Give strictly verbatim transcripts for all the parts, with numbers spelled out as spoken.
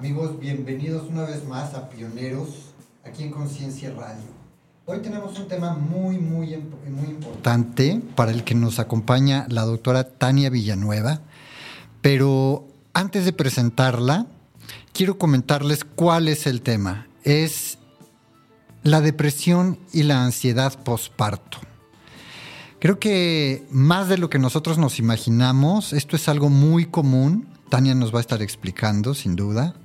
Amigos, bienvenidos una vez más a Pioneros, aquí en Conciencia Radio. Hoy tenemos un tema muy, muy, muy importante para el que nos acompaña la doctora Tania Villanueva, pero antes de presentarla, quiero comentarles cuál es el tema. Es la depresión y la ansiedad posparto. Creo que más de lo que nosotros nos imaginamos, esto es algo muy común. Tania nos va a estar explicando, sin duda.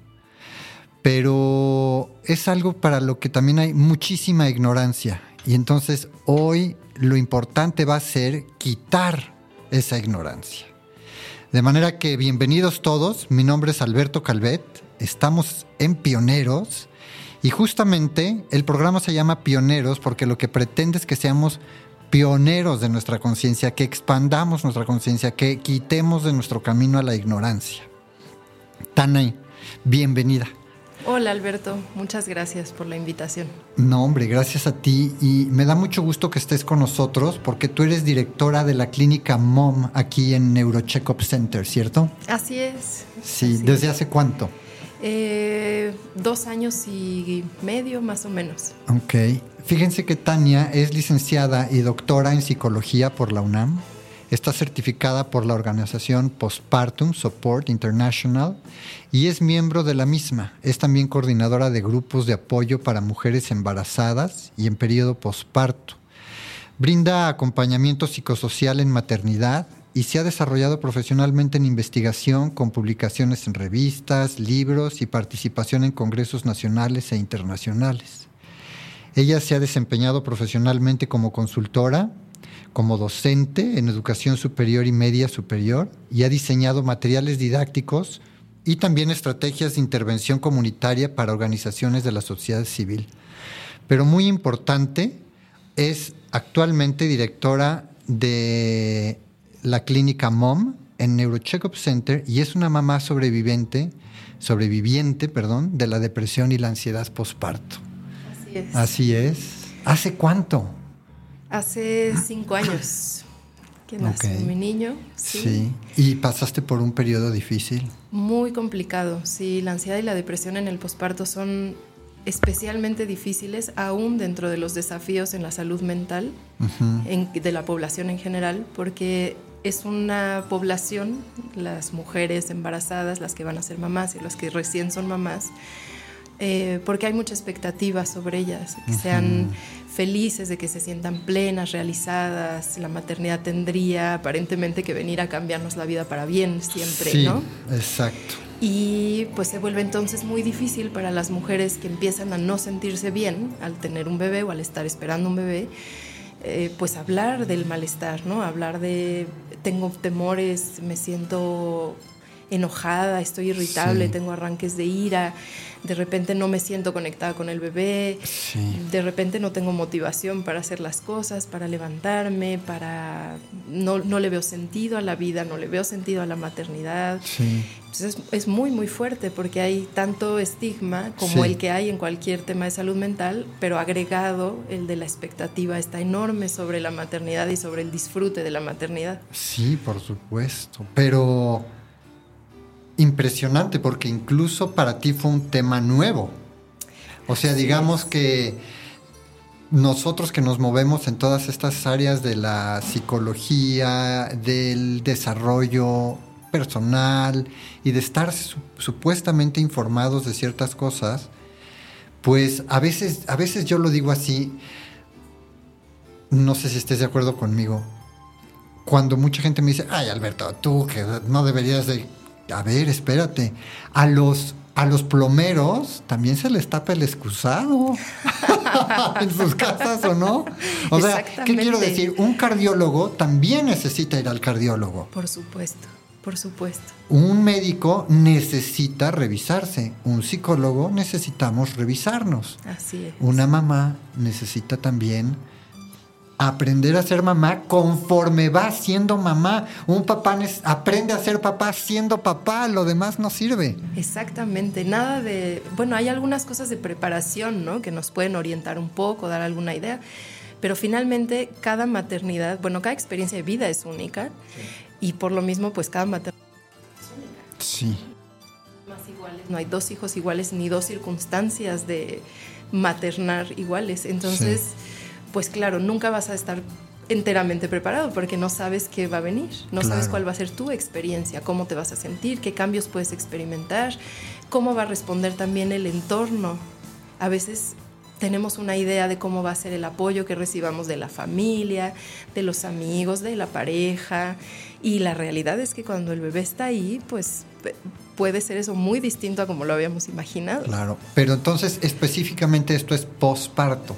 Pero es algo para lo que también hay muchísima ignorancia. Y entonces hoy lo importante va a ser quitar esa ignorancia. De manera que bienvenidos todos. Mi nombre es Alberto Calvet. Estamos en Pioneros. Y justamente el programa se llama Pioneros porque lo que pretende es que seamos pioneros de nuestra conciencia, que expandamos nuestra conciencia, que quitemos de nuestro camino a la ignorancia. Tania, bienvenida. Hola Alberto, muchas gracias por la invitación. No, hombre, gracias a ti y me da mucho gusto que estés con nosotros porque tú eres directora de la clínica M O M aquí en Neurocheckup Center, ¿cierto? Así es. Sí, así ¿desde es. hace cuánto? Eh, dos años y medio más o menos. Ok. Fíjense que Tania es licenciada y doctora en psicología por la UNAM. Está certificada por la organización Postpartum Support International y es miembro de la misma. Es también coordinadora de grupos de apoyo para mujeres embarazadas y en periodo posparto. Brinda acompañamiento psicosocial en maternidad y se ha desarrollado profesionalmente en investigación con publicaciones en revistas, libros y participación en congresos nacionales e internacionales. Ella se ha desempeñado profesionalmente como consultora, como docente en educación superior y media superior y ha diseñado materiales didácticos y también estrategias de intervención comunitaria para organizaciones de la sociedad civil. Pero muy importante, es actualmente directora de la clínica M O M en Neurocheckup Center y es una mamá sobreviviente, sobreviviente, perdón, de la depresión y la ansiedad posparto. Así es. Así es. ¿Hace cuánto? Hace cinco años que nació Okay. mi niño. Sí. Sí. ¿Y pasaste por un periodo difícil? Muy complicado. Sí, la ansiedad y la depresión en el posparto son especialmente difíciles, aún dentro de los desafíos en la salud mental uh-huh. en, de la población en general, porque es una población, las mujeres embarazadas, las que van a ser mamás y las que recién son mamás, eh, porque hay mucha expectativa sobre ellas, que uh-huh. sean felices, de que se sientan plenas, realizadas. La maternidad tendría aparentemente que venir a cambiarnos la vida para bien siempre, sí, ¿no? Exacto. Y pues se vuelve entonces muy difícil para las mujeres que empiezan a no sentirse bien al tener un bebé o al estar esperando un bebé, eh, pues hablar del malestar, ¿no? Hablar de tengo temores, me siento enojada, estoy irritable, sí. tengo arranques de ira, de repente no me siento conectada con el bebé, sí. de repente no tengo motivación para hacer las cosas, para levantarme, para no, no le veo sentido a la vida, no le veo sentido a la maternidad. Sí. Entonces es, es muy muy fuerte porque hay tanto estigma como sí. el que hay en cualquier tema de salud mental, pero agregado el de la expectativa está enorme sobre la maternidad y sobre el disfrute de la maternidad. Sí, por supuesto, pero impresionante porque incluso para ti fue un tema nuevo. O sea, sí. digamos que nosotros que nos movemos en todas estas áreas de la psicología, del desarrollo personal y de estar su- supuestamente informados de ciertas cosas, pues a veces, a veces yo lo digo así, no sé si estés de acuerdo conmigo, cuando mucha gente me dice, ay Alberto, tú que no deberías de... A ver, espérate, a los, a los plomeros también se les tapa el excusado en sus casas, ¿o no? O sea, ¿qué quiero decir? Un cardiólogo también necesita ir al cardiólogo. Por supuesto, por supuesto. Un médico necesita revisarse, un psicólogo necesitamos revisarnos. Así es. Una mamá necesita también aprender a ser mamá conforme va siendo mamá. Un papá aprende a ser papá siendo papá, lo demás no sirve. Exactamente, nada de... Bueno, hay algunas cosas de preparación, ¿no?, que nos pueden orientar un poco, dar alguna idea, pero finalmente cada maternidad, bueno, cada experiencia de vida es única, sí. y por lo mismo, pues cada maternidad es única. Sí. Más iguales, no hay dos hijos iguales ni dos circunstancias de maternar iguales. Entonces, sí. pues claro, nunca vas a estar enteramente preparado porque no sabes qué va a venir, no claro. sabes cuál va a ser tu experiencia, cómo te vas a sentir, qué cambios puedes experimentar, cómo va a responder también el entorno. A veces tenemos una idea de cómo va a ser el apoyo que recibamos de la familia, de los amigos, de la pareja, y la realidad es que cuando el bebé está ahí, pues puede ser eso muy distinto a como lo habíamos imaginado. Claro, pero entonces específicamente esto es posparto.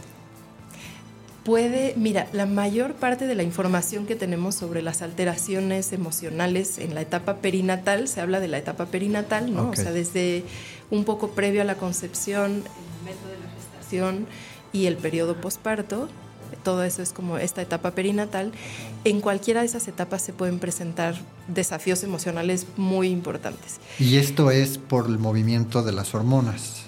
Puede, mira, la mayor parte de la información que tenemos sobre las alteraciones emocionales en la etapa perinatal, se habla de la etapa perinatal, ¿no? Okay. O sea, desde un poco previo a la concepción, el momento de la gestación y el periodo posparto, todo eso es como esta etapa perinatal. En cualquiera de esas etapas se pueden presentar desafíos emocionales muy importantes. ¿Y esto es por el movimiento de las hormonas?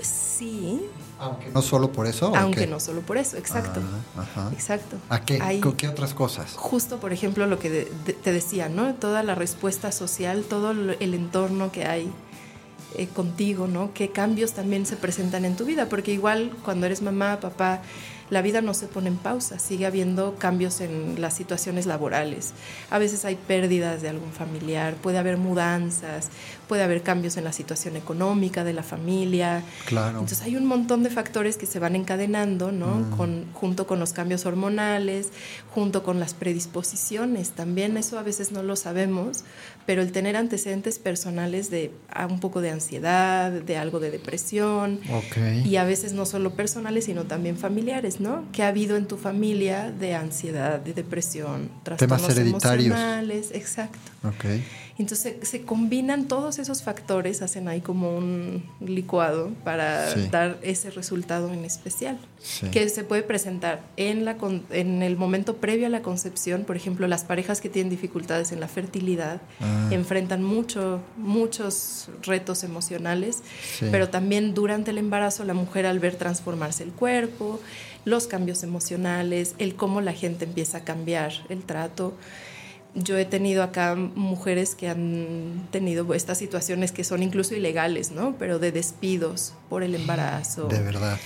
Sí. Aunque no solo por eso. Aunque qué? no solo por eso, exacto. Ah, ajá. Exacto. ¿A qué? Hay, ¿Qué otras cosas? Justo, por ejemplo, lo que de, de, te decía, ¿no? Toda la respuesta social, todo el entorno que hay eh, contigo, ¿no? Qué cambios también se presentan en tu vida, porque igual cuando eres mamá, papá, la vida no se pone en pausa, sigue habiendo cambios en las situaciones laborales. A veces hay pérdidas de algún familiar, puede haber mudanzas, puede haber cambios en la situación económica de la familia. Claro. Entonces hay un montón de factores que se van encadenando, ¿no? Mm. Con, junto con los cambios hormonales, junto con las predisposiciones. También eso a veces no lo sabemos, pero el tener antecedentes personales de un poco de ansiedad, de algo de depresión, okay. y a veces no solo personales, sino también familiares, ¿no? ¿Qué ha habido en tu familia de ansiedad, de depresión, trastornos temas hereditarios emocionales? Exacto. Okay. Entonces se, se combinan todos esos factores, hacen ahí como un licuado para sí. dar ese resultado en especial, sí. que se puede presentar en, la, en el momento previo a la concepción. Por ejemplo, las parejas que tienen dificultades en la fertilidad ah. enfrentan mucho, muchos retos emocionales, sí. pero también durante el embarazo la mujer, al ver transformarse el cuerpo, los cambios emocionales, el cómo la gente empieza a cambiar el trato. Yo he tenido acá mujeres que han tenido estas situaciones que son incluso ilegales, ¿no? Pero de despidos por el embarazo. De verdad.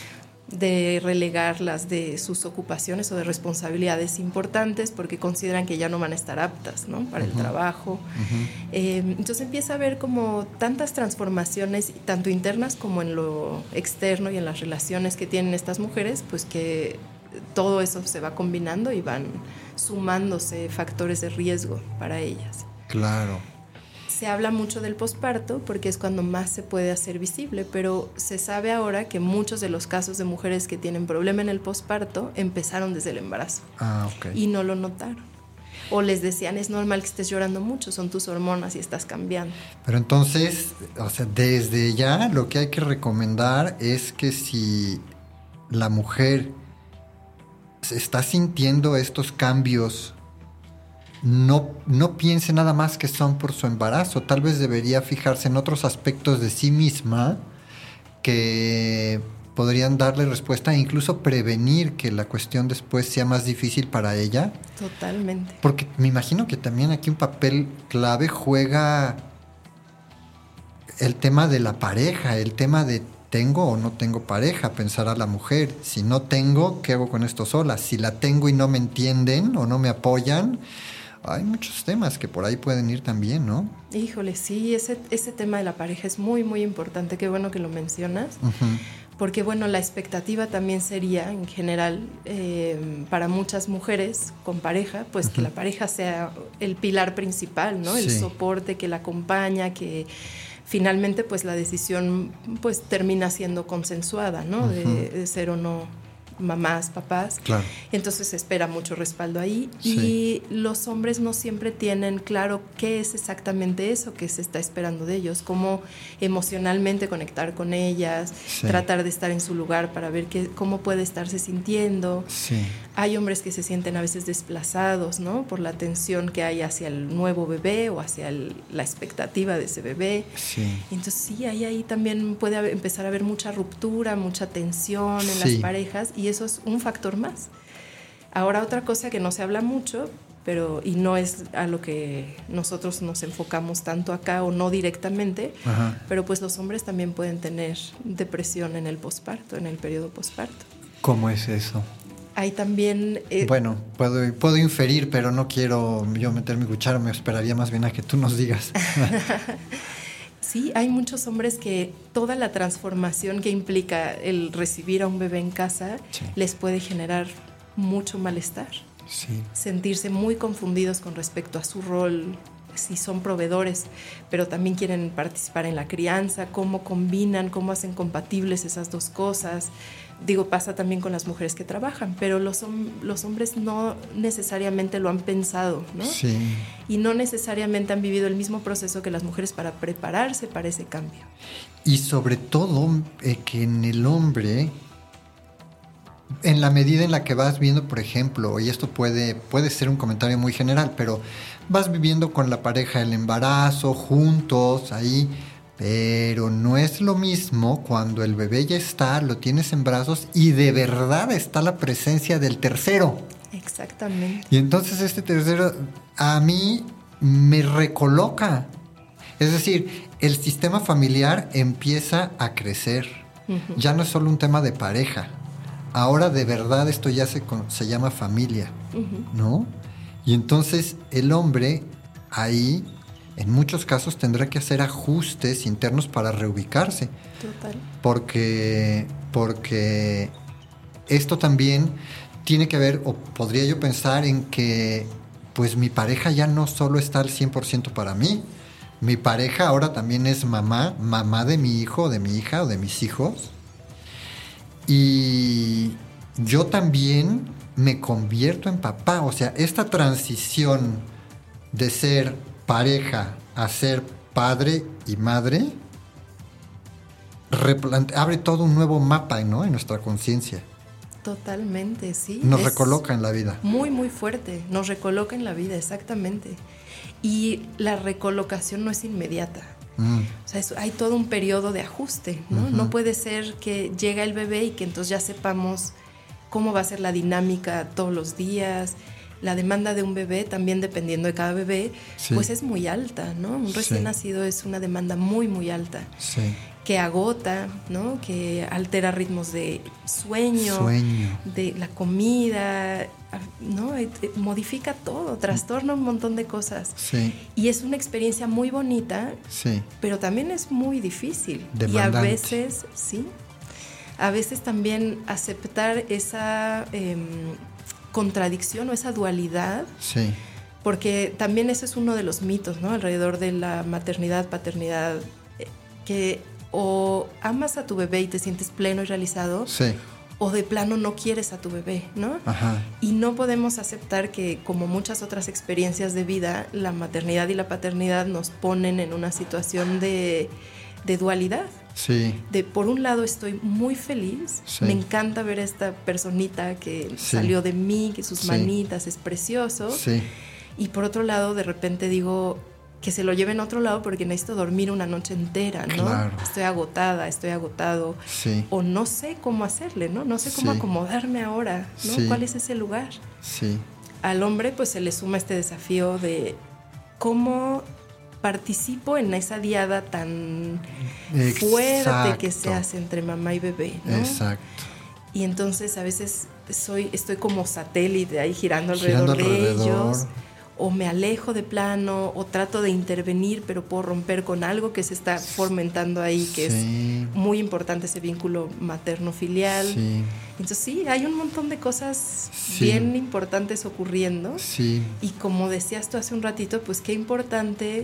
De relegarlas de sus ocupaciones o de responsabilidades importantes porque consideran que ya no van a estar aptas, ¿no? Para uh-huh. el trabajo. Uh-huh. Eh, entonces empieza a haber como tantas transformaciones, tanto internas como en lo externo y en las relaciones que tienen estas mujeres, pues que todo eso se va combinando y van sumándose factores de riesgo para ellas. Claro. Se habla mucho del posparto porque es cuando más se puede hacer visible, pero se sabe ahora que muchos de los casos de mujeres que tienen problema en el posparto empezaron desde el embarazo. Ah, okay. Y no lo notaron. O les decían, es normal que estés llorando mucho, son tus hormonas y estás cambiando. Pero entonces, o sea, desde ya lo que hay que recomendar es que si la mujer se está sintiendo estos cambios, no, no piense nada más que son por su embarazo. Tal vez debería fijarse en otros aspectos de sí misma que podrían darle respuesta e incluso prevenir que la cuestión después sea más difícil para ella. Totalmente. Porque me imagino que también aquí un papel clave juega el tema de la pareja, el tema de ¿tengo o no tengo pareja? Pensará la mujer. Si no tengo, ¿qué hago con esto sola? Si la tengo y no me entienden o no me apoyan, hay muchos temas que por ahí pueden ir también, ¿no? Híjole, sí, ese, ese tema de la pareja es muy, muy importante. Qué bueno que lo mencionas. Uh-huh. Porque, bueno, la expectativa también sería, en general, eh, para muchas mujeres con pareja, pues uh-huh. que la pareja sea el pilar principal, ¿no? Sí. El soporte que la acompaña, que finalmente pues la decisión pues termina siendo consensuada, ¿no? Uh-huh. de, de ser o no mamás, papás. Claro. Entonces se espera mucho respaldo ahí. Sí. Y los hombres no siempre tienen claro qué es exactamente eso que se está esperando de ellos, cómo emocionalmente conectar con ellas, sí. tratar de estar en su lugar para ver qué, cómo puede estarse sintiendo. Sí. Hay hombres que se sienten a veces desplazados, ¿no? Por la tensión que hay hacia el nuevo bebé o hacia el, la expectativa de ese bebé. Sí. Entonces sí, ahí, ahí también puede haber, empezar a haber mucha ruptura, mucha tensión en sí. las parejas, y eso es un factor más. Ahora, otra cosa que no se habla mucho, pero y no es a lo que nosotros nos enfocamos tanto acá o no directamente, Ajá. pero pues los hombres también pueden tener depresión en el posparto, en el periodo posparto. ¿Cómo es eso? Hay también... Eh, bueno, puedo, puedo inferir, pero no quiero yo meter mi cuchara, me esperaría más bien a que tú nos digas. Sí, hay muchos hombres que toda la transformación que implica el recibir a un bebé en casa sí. les puede generar mucho malestar. Sí. Sentirse muy confundidos con respecto a su rol, si son proveedores, pero también quieren participar en la crianza, cómo combinan, cómo hacen compatibles esas dos cosas. Digo, pasa también con las mujeres que trabajan, pero los, los hombres no necesariamente lo han pensado, ¿no? Sí. Y no necesariamente han vivido el mismo proceso que las mujeres para prepararse para ese cambio. Y sobre todo eh, que en el hombre, en la medida en la que vas viendo, por ejemplo, y esto puede, puede ser un comentario muy general, pero vas viviendo con la pareja el embarazo, juntos, ahí... Pero no es lo mismo cuando el bebé ya está, lo tienes en brazos y de verdad está la presencia del tercero. Exactamente. Y entonces este tercero a mí me recoloca. Es decir, el sistema familiar empieza a crecer. Uh-huh. Ya no es solo un tema de pareja. Ahora de verdad esto ya se, se llama familia, uh-huh. ¿no? Y entonces el hombre ahí... en muchos casos tendrá que hacer ajustes internos para reubicarse. Total. Porque, porque esto también tiene que ver, o podría yo pensar en que pues mi pareja ya no solo está al cien por ciento para mí. Mi pareja ahora también es mamá, mamá de mi hijo, de mi hija o de mis hijos. Y yo también me convierto en papá. O sea, esta transición de ser... pareja a ser padre y madre replante- abre todo un nuevo mapa, ¿no? En nuestra conciencia. Totalmente, sí. Nos recoloca en la vida. Muy, muy fuerte. Nos recoloca en la vida, exactamente. Y la recolocación no es inmediata. Mm. O sea, es, hay todo un periodo de ajuste, ¿no? Uh-huh. No puede ser que llega el bebé y que entonces ya sepamos cómo va a ser la dinámica todos los días. La demanda de un bebé, también dependiendo de cada bebé, sí. pues es muy alta, ¿no? Un recién sí. nacido es una demanda muy, muy alta. Sí. Que agota, ¿no? Que altera ritmos de sueño, sueño, de la comida, ¿no? Modifica todo, trastorna un montón de cosas. Sí. Y es una experiencia muy bonita, sí. pero también es muy difícil. Demandante. Y a veces, sí, a veces también aceptar esa... Eh, contradicción o esa dualidad, sí. porque también ese es uno de los mitos, ¿no? Alrededor de la maternidad, paternidad, que o amas a tu bebé y te sientes pleno y realizado, sí. o de plano no quieres a tu bebé, ¿no? Ajá. Y no podemos aceptar que, como muchas otras experiencias de vida, la maternidad y la paternidad nos ponen en una situación de, de dualidad. Sí. De por un lado estoy muy feliz, sí. me encanta ver a esta personita que sí. salió de mí, que sus sí. manitas, es precioso. Sí. Y por otro lado, de repente digo que se lo lleven a otro lado porque necesito dormir una noche entera, ¿no? Claro. Estoy agotada, estoy agotado. Sí. O no sé cómo hacerle, ¿no? No sé cómo sí. acomodarme ahora, ¿no? Sí. ¿Cuál es ese lugar? Sí. Al hombre pues se le suma este desafío de cómo participo en esa diada tan Exacto. fuerte que se hace entre mamá y bebé, ¿no? Exacto. Y entonces a veces soy, estoy como satélite ahí girando alrededor, girando de alrededor. ellos, o me alejo de plano, o trato de intervenir, pero puedo romper con algo que se está fomentando ahí, que sí. es muy importante, ese vínculo materno-filial. Sí. Entonces sí, hay un montón de cosas sí. bien importantes ocurriendo. Sí. Y como decías tú hace un ratito, pues qué importante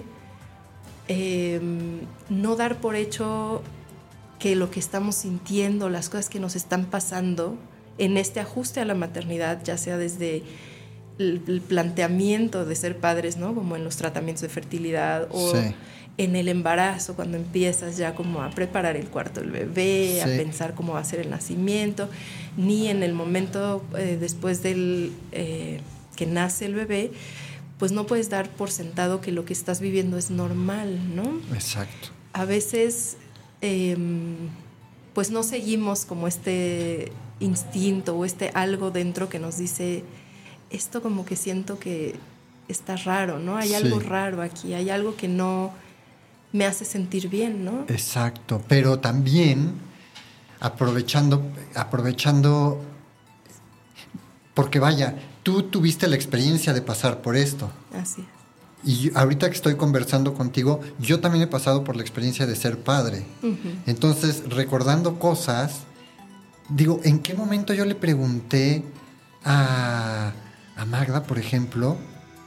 eh, no dar por hecho que lo que estamos sintiendo, las cosas que nos están pasando en este ajuste a la maternidad, ya sea desde el, el planteamiento de ser padres, ¿no? Como en los tratamientos de fertilidad o sí. en el embarazo, cuando empiezas ya como a preparar el cuarto del bebé, sí. a pensar cómo va a ser el nacimiento, ni en el momento eh, después del eh, que nace el bebé, pues no puedes dar por sentado que lo que estás viviendo es normal, ¿no? Exacto. A veces eh, pues no seguimos como este instinto o este algo dentro que nos dice, esto como que siento que está raro, ¿no? Hay Sí. algo raro aquí, hay algo que no me hace sentir bien, ¿no? Exacto, pero también aprovechando, aprovechando, porque vaya, tú tuviste la experiencia de pasar por esto. Así es. Y ahorita que estoy conversando contigo, yo también he pasado por la experiencia de ser padre. Uh-huh. Entonces, recordando cosas, digo, ¿en qué momento yo le pregunté a, a Magda, por ejemplo,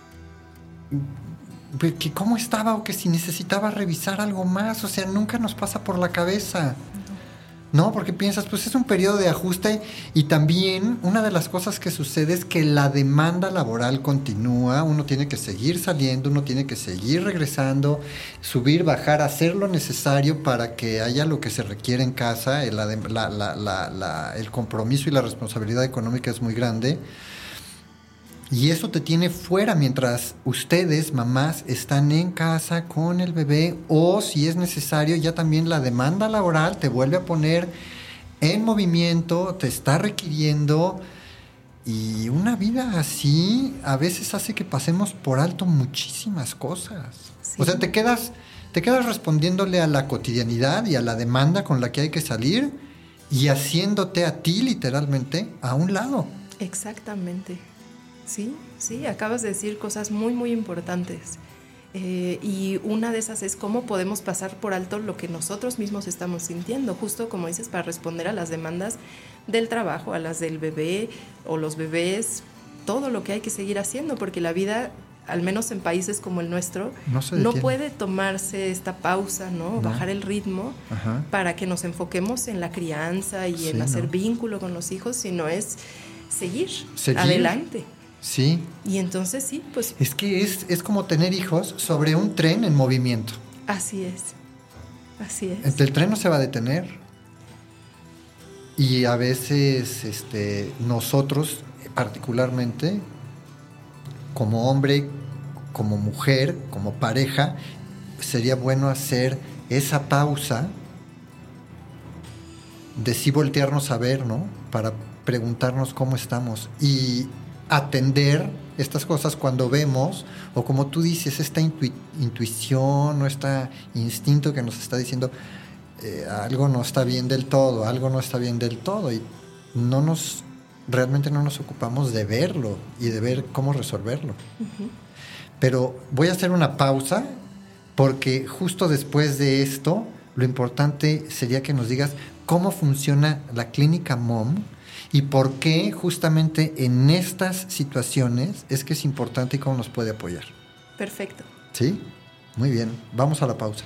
que cómo estaba o que si necesitaba revisar algo más? O sea, nunca nos pasa por la cabeza. No, porque piensas, pues es un periodo de ajuste, y también una de las cosas que sucede es que la demanda laboral continúa, uno tiene que seguir saliendo, uno tiene que seguir regresando, subir, bajar, hacer lo necesario para que haya lo que se requiere en casa, el, la, la, la, la, el compromiso y la responsabilidad económica es muy grande. Y eso te tiene fuera mientras ustedes, mamás, están en casa con el bebé, o si es necesario, ya también la demanda laboral te vuelve a poner en movimiento, te está requiriendo, y una vida así a veces hace que pasemos por alto muchísimas cosas. Sí. O sea, te quedas, te quedas respondiéndole a la cotidianidad y a la demanda con la que hay que salir, y haciéndote a ti literalmente a un lado. Exactamente. Sí, sí, acabas de decir cosas muy, muy importantes. Eh, y una de esas es cómo podemos pasar por alto lo que nosotros mismos estamos sintiendo, justo como dices, para responder a las demandas del trabajo, a las del bebé o los bebés, todo lo que hay que seguir haciendo, porque la vida, al menos en países como el nuestro, no, no puede tomarse esta pausa, ¿no? No. Bajar el ritmo. Ajá. Para que nos enfoquemos en la crianza y sí, en hacer ¿no? vínculo con los hijos, sino es seguir, seguir. adelante. Sí. Y entonces sí, pues... Es que es, es como tener hijos sobre un tren en movimiento. Así es, así es. El tren no se va a detener. Y a veces este, nosotros, particularmente, como hombre, como mujer, como pareja, sería bueno hacer esa pausa de sí voltearnos a ver, ¿no? Para preguntarnos cómo estamos. Y atender estas cosas cuando vemos, o como tú dices, esta intu- intuición o este instinto que nos está diciendo eh, algo no está bien del todo, algo no está bien del todo, y no nos, realmente no nos ocupamos de verlo y de ver cómo resolverlo. Uh-huh. Pero voy a hacer una pausa, porque justo después de esto, lo importante sería que nos digas cómo funciona la Clínica Mom, y por qué justamente en estas situaciones es que es importante y cómo nos puede apoyar. Perfecto. ¿Sí? Muy bien. Vamos a la pausa.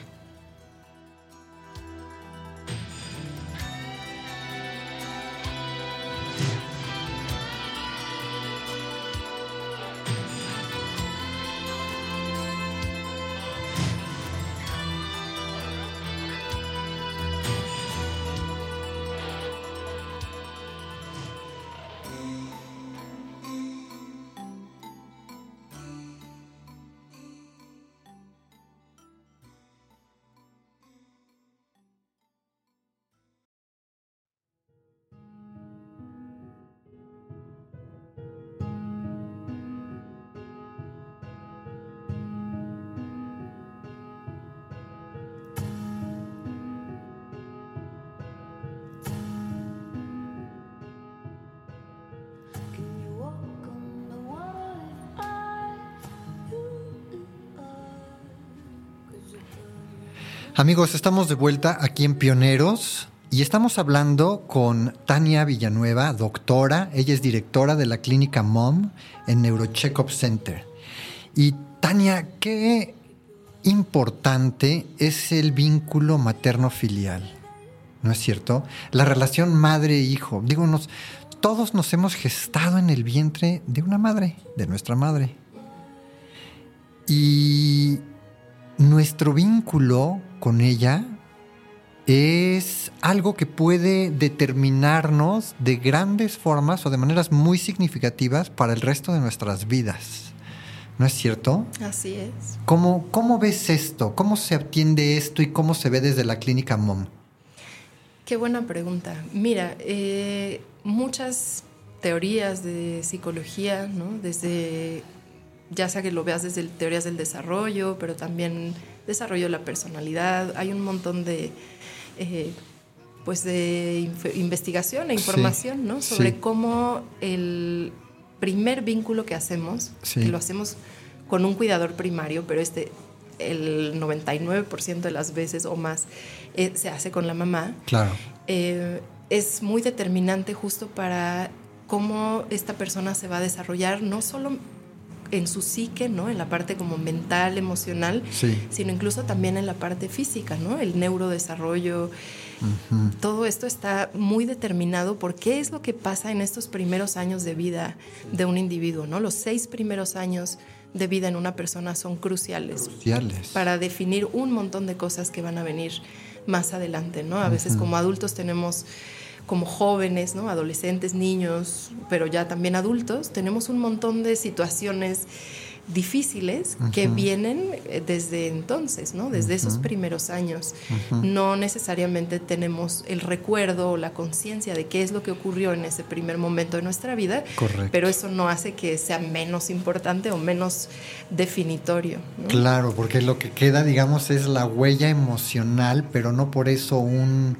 Amigos, estamos de vuelta aquí en Pioneros y estamos hablando con Tania Villanueva, doctora. Ella es directora de la Clínica Mom en Neurocheckup Center. Y Tania, qué importante es el vínculo materno-filial, ¿no es cierto? La relación madre-hijo. Digo, nos, todos nos hemos gestado en el vientre de una madre, de nuestra madre. Y nuestro vínculo con ella es algo que puede determinarnos de grandes formas o de maneras muy significativas para el resto de nuestras vidas. ¿No es cierto? Así es. ¿Cómo, cómo ves esto? ¿Cómo se atiende esto y cómo se ve desde la Clínica Mom? Qué buena pregunta. Mira, eh, muchas teorías de psicología, ¿no? Desde ya sea que lo veas desde teorías del desarrollo, pero también desarrollo de la personalidad. Hay un montón de, eh, pues de inf- investigación e información, sí, ¿no? Sobre sí. cómo el primer vínculo que hacemos, sí. que lo hacemos con un cuidador primario, pero este, el noventa y nueve por ciento de las veces o más eh, se hace con la mamá. Claro. Eh, es muy determinante justo para cómo esta persona se va a desarrollar, no solo en su psique, ¿no? En la parte como mental, emocional, sí. sino incluso también en la parte física, ¿no? El neurodesarrollo. Uh-huh. Todo esto está muy determinado por qué es lo que pasa en estos primeros años de vida de un individuo, ¿no? Los seis primeros años de vida en una persona son cruciales, cruciales. para definir un montón de cosas que van a venir más adelante, ¿no? A veces uh-huh. como adultos tenemos, como jóvenes, ¿no? Adolescentes, niños, pero ya también adultos, tenemos un montón de situaciones difíciles uh-huh. que vienen desde entonces, ¿no? Desde uh-huh. esos primeros años. Uh-huh. No necesariamente tenemos el recuerdo o la conciencia de qué es lo que ocurrió en ese primer momento de nuestra vida. Correcto. Pero eso no hace que sea menos importante o menos definitorio, ¿no? Claro, porque lo que queda, digamos, es la huella emocional, pero no por eso un,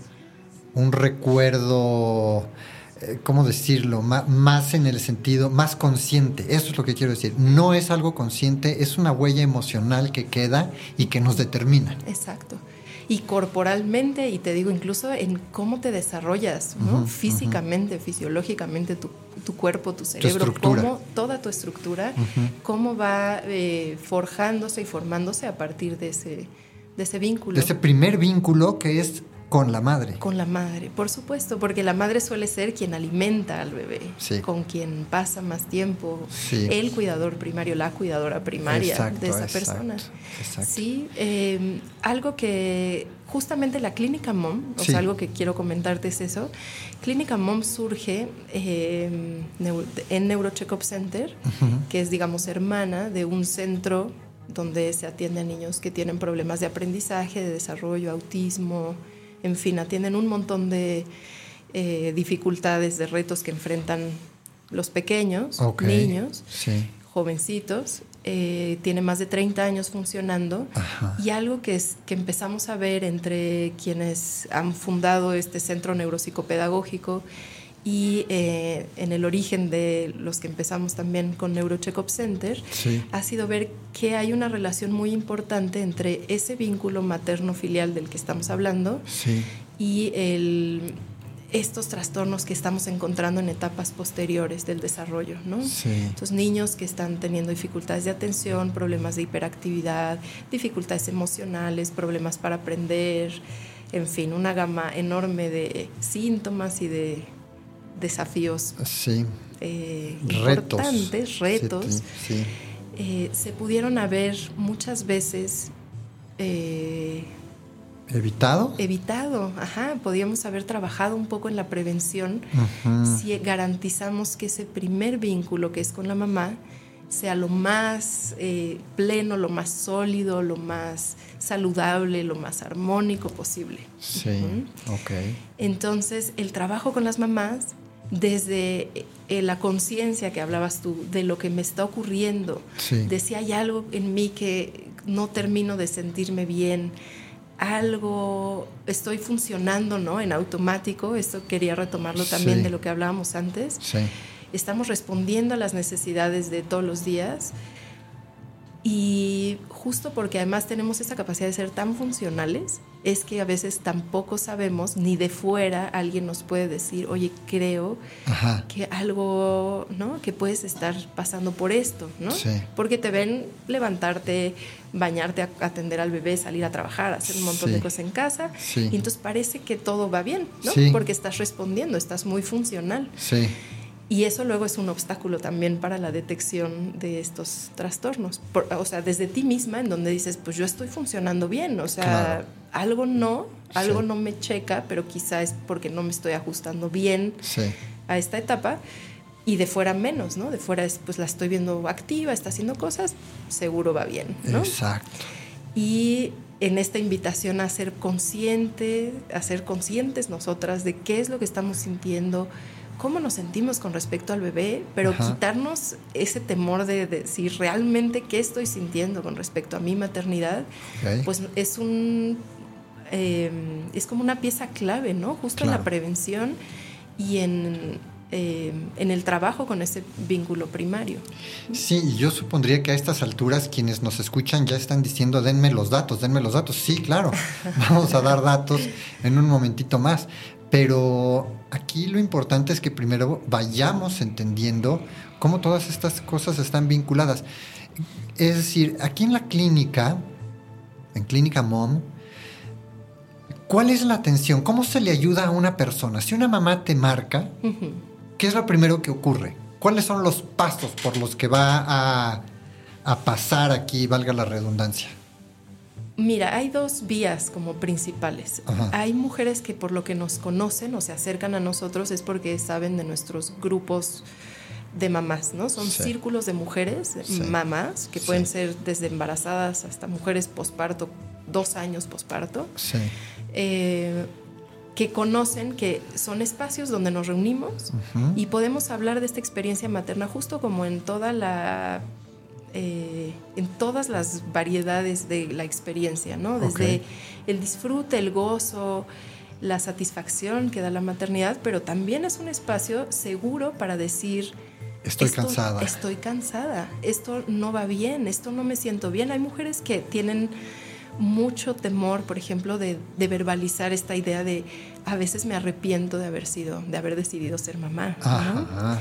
un recuerdo... ¿cómo decirlo? M- más en el sentido, más consciente. Eso es lo que quiero decir. No es algo consciente, es una huella emocional que queda y que nos determina. Exacto. Y corporalmente, y te digo, incluso en cómo te desarrollas, ¿no? Uh-huh, físicamente, uh-huh. fisiológicamente, tu, tu cuerpo, tu cerebro, tu estructura. Cómo, toda tu estructura, uh-huh. cómo va eh, forjándose y formándose a partir de ese, de ese vínculo. De ese primer vínculo que es con la madre. Con la madre, por supuesto, porque la madre suele ser quien alimenta al bebé, sí. con quien pasa más tiempo, sí. el cuidador primario, la cuidadora primaria exacto, de esa exacto, persona. Exacto. Sí, eh, algo que justamente la Clínica Mom, o sí. sea, algo que quiero comentarte es eso. Clínica Mom surge eh, en Neuro Checkup Center, uh-huh. que es, digamos, hermana de un centro donde se atiende a niños que tienen problemas de aprendizaje, de desarrollo, autismo. En fin, atienden un montón de eh, dificultades, de retos que enfrentan los pequeños, okay. niños, sí. jovencitos. Eh, tiene más de treinta años funcionando. Ajá. Y algo que, es, que empezamos a ver entre quienes han fundado este centro neuropsicopedagógico y eh, en el origen de los que empezamos también con Neuro Checkup Center, sí. ha sido ver que hay una relación muy importante entre ese vínculo materno-filial del que estamos hablando sí. y el, estos trastornos que estamos encontrando en etapas posteriores del desarrollo, ¿no? Sí. Estos niños que están teniendo dificultades de atención, problemas de hiperactividad, dificultades emocionales, problemas para aprender, en fin, una gama enorme de síntomas y de desafíos sí. eh, retos. importantes, retos, sí, sí. Eh, se pudieron haber muchas veces eh, evitado. Evitado, ajá. Podíamos haber trabajado un poco en la prevención uh-huh. si garantizamos que ese primer vínculo que es con la mamá sea lo más eh, pleno, lo más sólido, lo más saludable, lo más armónico posible. Sí, uh-huh. ok. Entonces, el trabajo con las mamás, desde eh, la conciencia que hablabas tú, de lo que me está ocurriendo, sí. de si hay algo en mí que no termino de sentirme bien, algo, estoy funcionando, ¿no? En automático, esto quería retomarlo también sí. de lo que hablábamos antes. Sí. Estamos respondiendo a las necesidades de todos los días y justo porque además tenemos esa capacidad de ser tan funcionales, es que a veces tampoco sabemos, ni de fuera alguien nos puede decir, oye, creo Ajá. que algo, ¿no? Que puedes estar pasando por esto, ¿no? Sí. Porque te ven levantarte, bañarte, atender al bebé, salir a trabajar, hacer un montón sí. de cosas en casa, sí. y entonces parece que todo va bien, ¿no? Sí. Porque estás respondiendo, estás muy funcional. Sí. Y eso luego es un obstáculo también para la detección de estos trastornos. Por, o sea, desde ti misma, en donde dices, pues yo estoy funcionando bien. O sea, claro. algo no, algo sí. no me checa, pero quizá es porque no me estoy ajustando bien sí. a esta etapa. Y de fuera menos, ¿no? De fuera es, pues la estoy viendo activa, está haciendo cosas, seguro va bien, ¿no? Exacto. Y en esta invitación a ser consciente, a ser conscientes nosotras de qué es lo que estamos sintiendo, cómo nos sentimos con respecto al bebé, pero Ajá. quitarnos ese temor de, de decir realmente qué estoy sintiendo con respecto a mi maternidad, okay. pues es un eh, es como una pieza clave, ¿no? Justo claro. en la prevención y en, eh, en el trabajo con ese vínculo primario. Sí, y yo supondría que a estas alturas quienes nos escuchan ya están diciendo denme los datos, denme los datos. Sí, claro, vamos a dar datos en un momentito más. Pero aquí lo importante es que primero vayamos entendiendo cómo todas estas cosas están vinculadas. Es decir, aquí en la clínica, en Clínica Mom, ¿cuál es la atención? ¿Cómo se le ayuda a una persona? Si una mamá te marca, uh-huh. ¿qué es lo primero que ocurre? ¿Cuáles son los pasos por los que va a, a pasar aquí, valga la redundancia? Mira, hay dos vías como principales. Ajá. Hay mujeres que por lo que nos conocen o se acercan a nosotros es porque saben de nuestros grupos de mamás, ¿no? Son sí. círculos de mujeres, sí. mamás, que pueden sí. ser desde embarazadas hasta mujeres posparto, dos años posparto, sí. eh, que conocen que son espacios donde nos reunimos uh-huh. y podemos hablar de esta experiencia materna justo como en toda la... Eh, en todas las variedades de la experiencia, ¿no? Desde okay. el disfrute, el gozo, la satisfacción que da la maternidad, pero también es un espacio seguro para decir estoy cansada. Estoy cansada, esto no va bien, esto no me siento bien. Hay mujeres que tienen mucho temor, por ejemplo, de, de verbalizar esta idea de a veces me arrepiento de haber sido, de haber decidido ser mamá, ¿no? Ajá.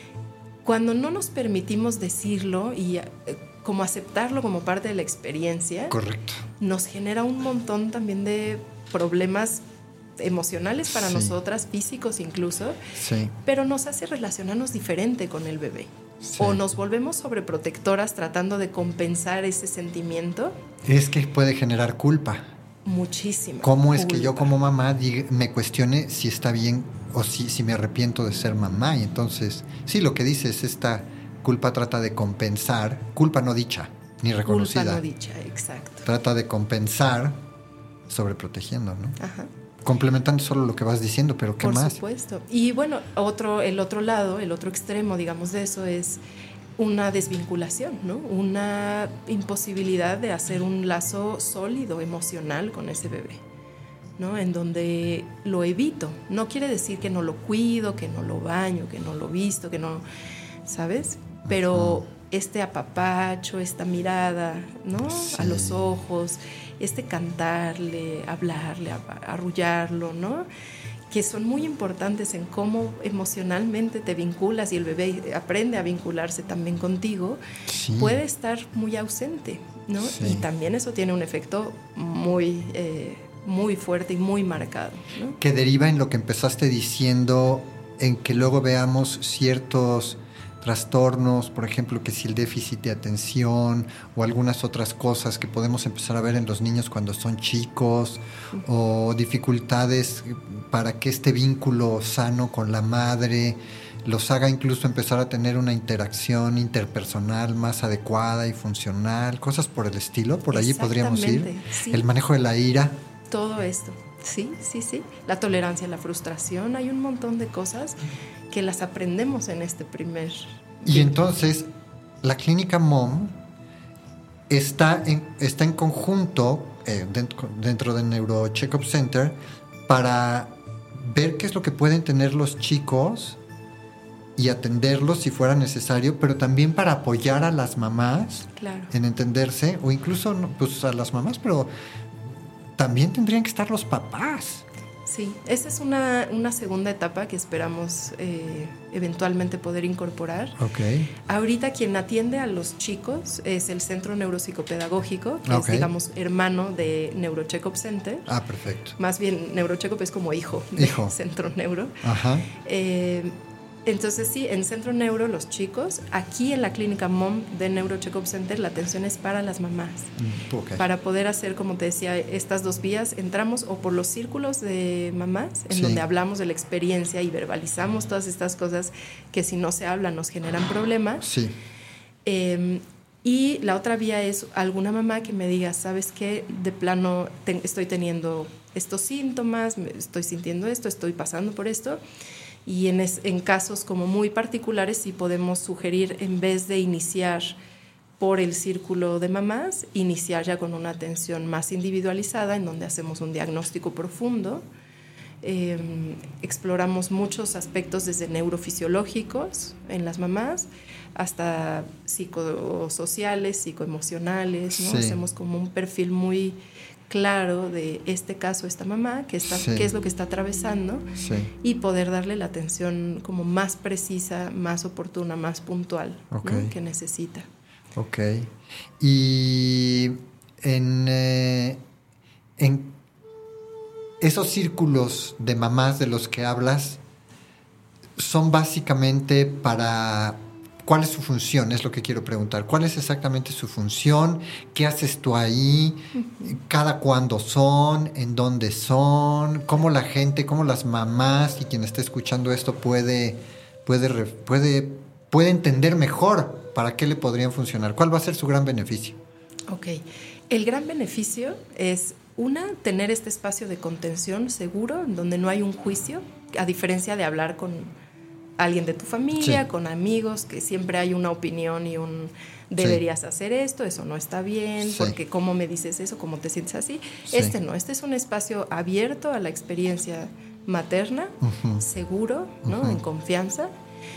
Cuando no nos permitimos decirlo y eh, como aceptarlo como parte de la experiencia, correcto, nos genera un montón también de problemas emocionales para sí. nosotras, físicos incluso, sí. pero nos hace relacionarnos diferente con el bebé. Sí. O nos volvemos sobreprotectoras tratando de compensar ese sentimiento. Es que puede generar culpa. Muchísima. ¿Cómo culpa. es que yo como mamá diga, me cuestione si está bien o si, si me arrepiento de ser mamá? Y entonces, sí, lo que dices, esta culpa trata de compensar, culpa no dicha, ni reconocida. Culpa no dicha, exacto. Trata de compensar sobreprotegiendo, ¿no? Ajá. Complementando solo lo que vas diciendo, pero ¿qué Por más? Por supuesto. Y bueno, otro, el otro lado, el otro extremo, digamos, de eso es una desvinculación, ¿no? Una imposibilidad de hacer un lazo sólido emocional con ese bebé, ¿no? En donde lo evito. No quiere decir que no lo cuido, que no lo baño, que no lo visto, que no, ¿sabes? Pero uh-huh. este apapacho, esta mirada, ¿no? Sí. A los ojos, este cantarle, hablarle, arrullarlo, ¿no? Que son muy importantes en cómo emocionalmente te vinculas y el bebé aprende a vincularse también contigo, sí. puede estar muy ausente, ¿no? Sí. Y también eso tiene un efecto muy, eh, muy fuerte y muy marcado, ¿no? Que deriva en lo que empezaste diciendo, en que luego veamos ciertos trastornos, por ejemplo, que si el déficit de atención o algunas otras cosas que podemos empezar a ver en los niños cuando son chicos, uh-huh. o dificultades para que este vínculo sano con la madre los haga incluso empezar a tener una interacción interpersonal más adecuada y funcional, cosas por el estilo, por allí podríamos ir. Sí. El manejo de la ira. Todo esto, sí, sí, sí. La tolerancia a la frustración, hay un montón de cosas que las aprendemos en este primer... Y entonces, la Clínica Mom está en, está en conjunto eh, dentro, dentro del Neuro Checkup Center para ver qué es lo que pueden tener los chicos y atenderlos si fuera necesario, pero también para apoyar a las mamás, claro. en entenderse, o incluso pues, a las mamás, pero también tendrían que estar los papás. Sí, esa es una, una segunda etapa que esperamos eh, eventualmente poder incorporar. Okay. Ahorita quien atiende a los chicos es el Centro Neuropsicopedagógico, que okay. es, digamos, hermano de Neuro Checkup Center. Ah, perfecto. Más bien, Neuro Checkup es como hijo de hijo. Centro Neuro. Ajá. Eh, Entonces sí, en Centro Neuro los chicos, aquí en la Clínica Mom de Neuro Checkup Center la atención es para las mamás, okay. para poder hacer, como te decía, estas dos vías. Entramos o por los círculos de mamás, en sí. donde hablamos de la experiencia y verbalizamos todas estas cosas que si no se hablan nos generan problemas. Sí. Eh, y la otra vía es alguna mamá que me diga, ¿sabes qué? De plano te, estoy teniendo estos síntomas, estoy sintiendo esto, estoy pasando por esto. Y en, es, en casos como muy particulares sí podemos sugerir, en vez de iniciar por el círculo de mamás, iniciar ya con una atención más individualizada, en donde hacemos un diagnóstico profundo. Eh, exploramos muchos aspectos desde neurofisiológicos en las mamás hasta psicosociales, psicoemocionales, ¿no? Sí. Hacemos como un perfil muy claro de este caso, esta mamá, qué, está, sí. qué es lo que está atravesando, sí. y poder darle la atención como más precisa, más oportuna, más puntual, okay. ¿no? que necesita. Ok. Y en, eh, en esos círculos de mamás de los que hablas son básicamente para... ¿Cuál es su función? Es lo que quiero preguntar. ¿Cuál es exactamente su función? ¿Qué haces tú ahí? Uh-huh. ¿Cada cuándo son? ¿En dónde son? ¿Cómo la gente, cómo las mamás y quien esté escuchando esto puede, puede, puede, puede entender mejor para qué le podrían funcionar? ¿Cuál va a ser su gran beneficio? Ok. El gran beneficio es, una, tener este espacio de contención seguro, en donde no hay un juicio, a diferencia de hablar con alguien de tu familia, sí. con amigos, que siempre hay una opinión y un deberías sí. hacer esto, eso no está bien, sí. porque cómo me dices eso, cómo te sientes así. Sí. Este no, este es un espacio abierto a la experiencia materna, uh-huh. seguro, ¿no? Uh-huh. en confianza,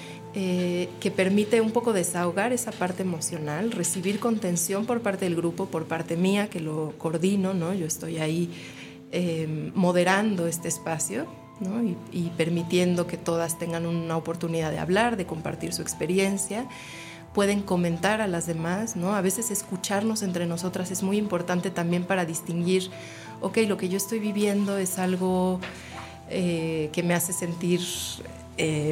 eh, que permite un poco desahogar esa parte emocional, recibir contención por parte del grupo, por parte mía, que lo coordino, ¿no? Yo estoy ahí eh, moderando este espacio, ¿no? y, y permitiendo que todas tengan una oportunidad de hablar, de compartir su experiencia. Pueden comentar a las demás, ¿no? A veces escucharnos entre nosotras es muy importante también para distinguir, ok, lo que yo estoy viviendo es algo eh, que me hace sentir eh,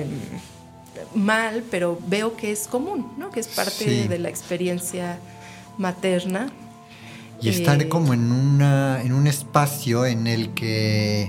mal, pero veo que es común, ¿no? Que es parte sí. de la experiencia materna. Y estar eh, como en, una, en un espacio en el que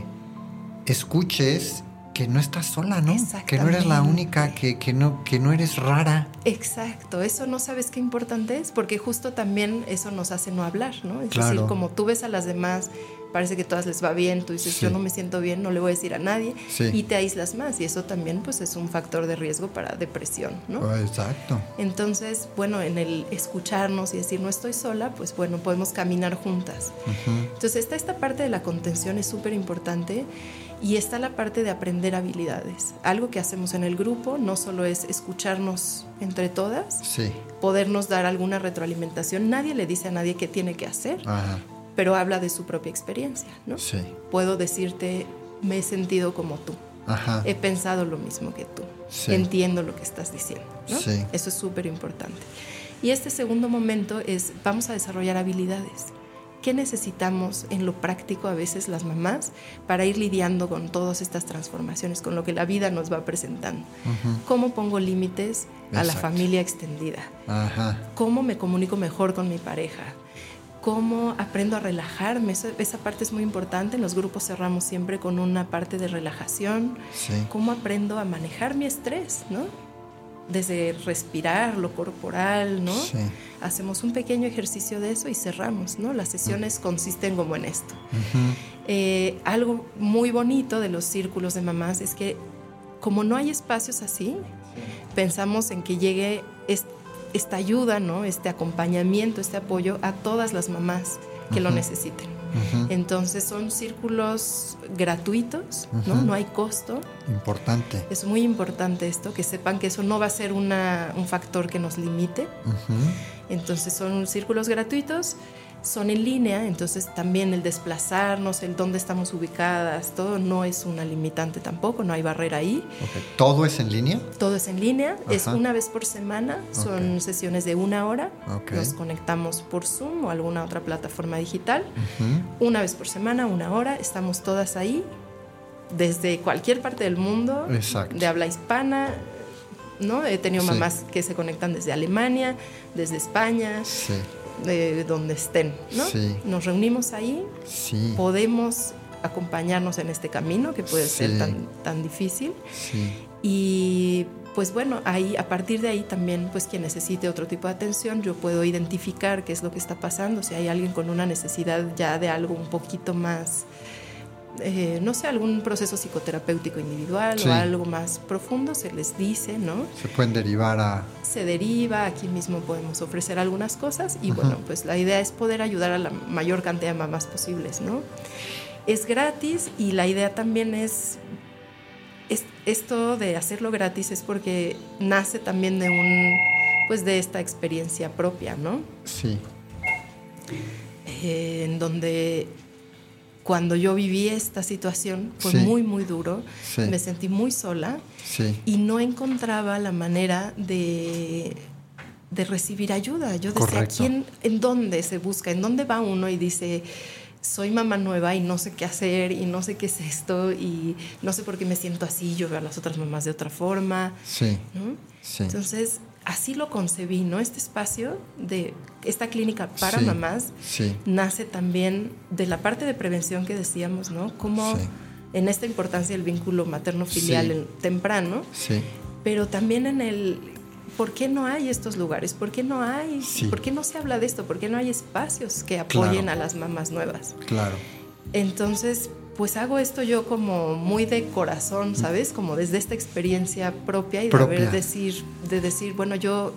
escuches que no estás sola, ¿no? Que no eres la única, que, que, no, que no eres rara. Exacto, eso no sabes qué importante es, porque justo también eso nos hace no hablar, ¿no? Es claro. decir, como tú ves a las demás, parece que a todas les va bien, tú dices, sí. yo no me siento bien, no le voy a decir a nadie, sí. y te aíslas más, y eso también pues es un factor de riesgo para depresión, ¿no? Oh, exacto. Entonces, bueno, en el escucharnos y decir no estoy sola, pues bueno, podemos caminar juntas. Uh-huh. Entonces, está esta parte de la contención es súper importante. Y está la parte de aprender habilidades. Algo que hacemos en el grupo no solo es escucharnos entre todas, sí. podernos dar alguna retroalimentación. Nadie le dice a nadie qué tiene que hacer, Ajá. pero habla de su propia experiencia, ¿no? Sí. Puedo decirte, me he sentido como tú. Ajá. He pensado lo mismo que tú. Sí. Entiendo lo que estás diciendo, ¿no? Sí. Eso es súper importante. Y este segundo momento es, vamos a desarrollar habilidades. ¿Qué necesitamos en lo práctico a veces las mamás para ir lidiando con todas estas transformaciones, con lo que la vida nos va presentando? Uh-huh. ¿Cómo pongo límites a la familia extendida? Ajá. ¿Cómo me comunico mejor con mi pareja? ¿Cómo aprendo a relajarme? Eso, esa parte es muy importante. En los grupos cerramos siempre con una parte de relajación. Sí. ¿Cómo aprendo a manejar mi estrés, ¿no? Desde respirar, lo corporal, ¿no? Sí. Hacemos un pequeño ejercicio de eso y cerramos, ¿no? Las sesiones uh-huh. consisten como en esto. Uh-huh. Eh, algo muy bonito de los círculos de mamás es que como no hay espacios así, pensamos en que llegue est- esta ayuda, ¿no? Este acompañamiento, este apoyo a todas las mamás que uh-huh. lo necesiten. Uh-huh. Entonces son círculos gratuitos, uh-huh. ¿no? No hay costo. Importante. Es muy importante esto, que sepan que eso no va a ser una, un factor que nos limite. Uh-huh. Entonces son círculos gratuitos, son en línea, entonces también el desplazarnos, el dónde estamos ubicadas, todo no es una limitante tampoco, no hay barrera ahí. Okay. ¿Todo es en línea? Todo es en línea, Ajá. es una vez por semana, son okay. sesiones de una hora, okay. nos conectamos por Zoom o alguna otra plataforma digital, uh-huh. una vez por semana, una hora, estamos todas ahí, desde cualquier parte del mundo, Exacto. de habla hispana, ¿no? He tenido sí. mamás que se conectan desde Alemania, desde España, sí. de donde estén, ¿no? Sí. Nos reunimos ahí, sí. podemos acompañarnos en este camino que puede sí. ser tan, tan difícil. Sí. Y pues bueno, ahí, a partir de ahí también, pues quien necesite otro tipo de atención, yo puedo identificar qué es lo que está pasando, si hay alguien con una necesidad ya de algo un poquito más eh, no sé, algún proceso psicoterapéutico individual sí. o algo más profundo, se les dice, ¿no? Se pueden derivar a... Se deriva, aquí mismo podemos ofrecer algunas cosas y uh-huh. bueno, pues la idea es poder ayudar a la mayor cantidad de mamás posibles, ¿no? Es gratis y la idea también es, es esto de hacerlo gratis es porque nace también de un, pues de esta experiencia propia, ¿no? Sí. Eh, en donde cuando yo viví esta situación fue sí. muy, muy duro. Sí. Me sentí muy sola sí. y no encontraba la manera de, de recibir ayuda. Yo decía, Correcto. ¿quién, ¿en dónde se busca? ¿En dónde va uno y dice, soy mamá nueva y no sé qué hacer y no sé qué es esto y no sé por qué me siento así, yo veo a las otras mamás de otra forma? Sí. ¿no? Sí. Entonces... así lo concebí, ¿no? Este espacio de esta clínica para sí, mamás sí. nace también de la parte de prevención que decíamos, ¿no? Como sí. en esta importancia del vínculo materno-filial sí. en, temprano, sí. pero también en el ¿por qué no hay estos lugares? ¿Por qué no hay? Sí. ¿Por qué no se habla de esto? ¿Por qué no hay espacios que apoyen claro. a las mamás nuevas? Claro. Entonces, pues hago esto yo como muy de corazón, ¿sabes? Como desde esta experiencia propia y propia. de haber decir, de decir, bueno, yo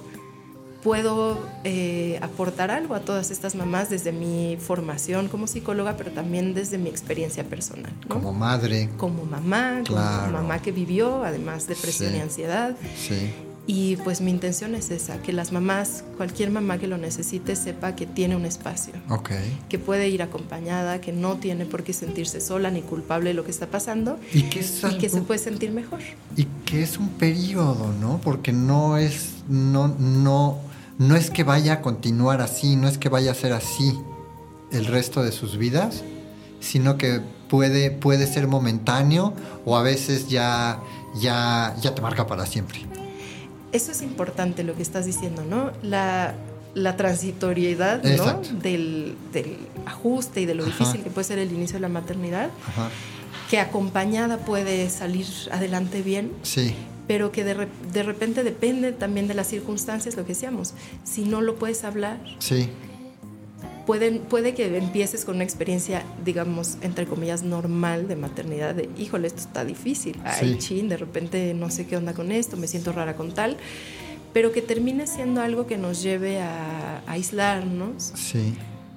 puedo eh, aportar algo a todas estas mamás desde mi formación como psicóloga, pero también desde mi experiencia personal, ¿no? Como madre. Como mamá, claro. como mamá que vivió, además depresión sí. y ansiedad. Sí. Y pues mi intención es esa, que las mamás, cualquier mamá que lo necesite, sepa que tiene un espacio. Okay. Que puede ir acompañada, que no tiene por qué sentirse sola ni culpable de lo que está pasando. Y que, es y que se puede sentir mejor. Y que es un periodo, ¿no? Porque no es, no, no, no es que vaya a continuar así, no es que vaya a ser así el resto de sus vidas, sino que puede, puede ser momentáneo o a veces ya, ya, ya te marca para siempre. Eso es importante lo que estás diciendo, ¿no? La, la transitoriedad, ¿no? Del, del ajuste y de lo Ajá. difícil que puede ser el inicio de la maternidad, Ajá. que acompañada puede salir adelante bien, sí. pero que de, re, de repente depende también de las circunstancias, lo que decíamos. Si no lo puedes hablar, sí. Pueden, puede que empieces con una experiencia, digamos, entre comillas, normal de maternidad, de, híjole, esto está difícil, ay, sí. chin, de repente no sé qué onda con esto, me siento rara con tal, pero que termine siendo algo que nos lleve a, a aislarnos sí.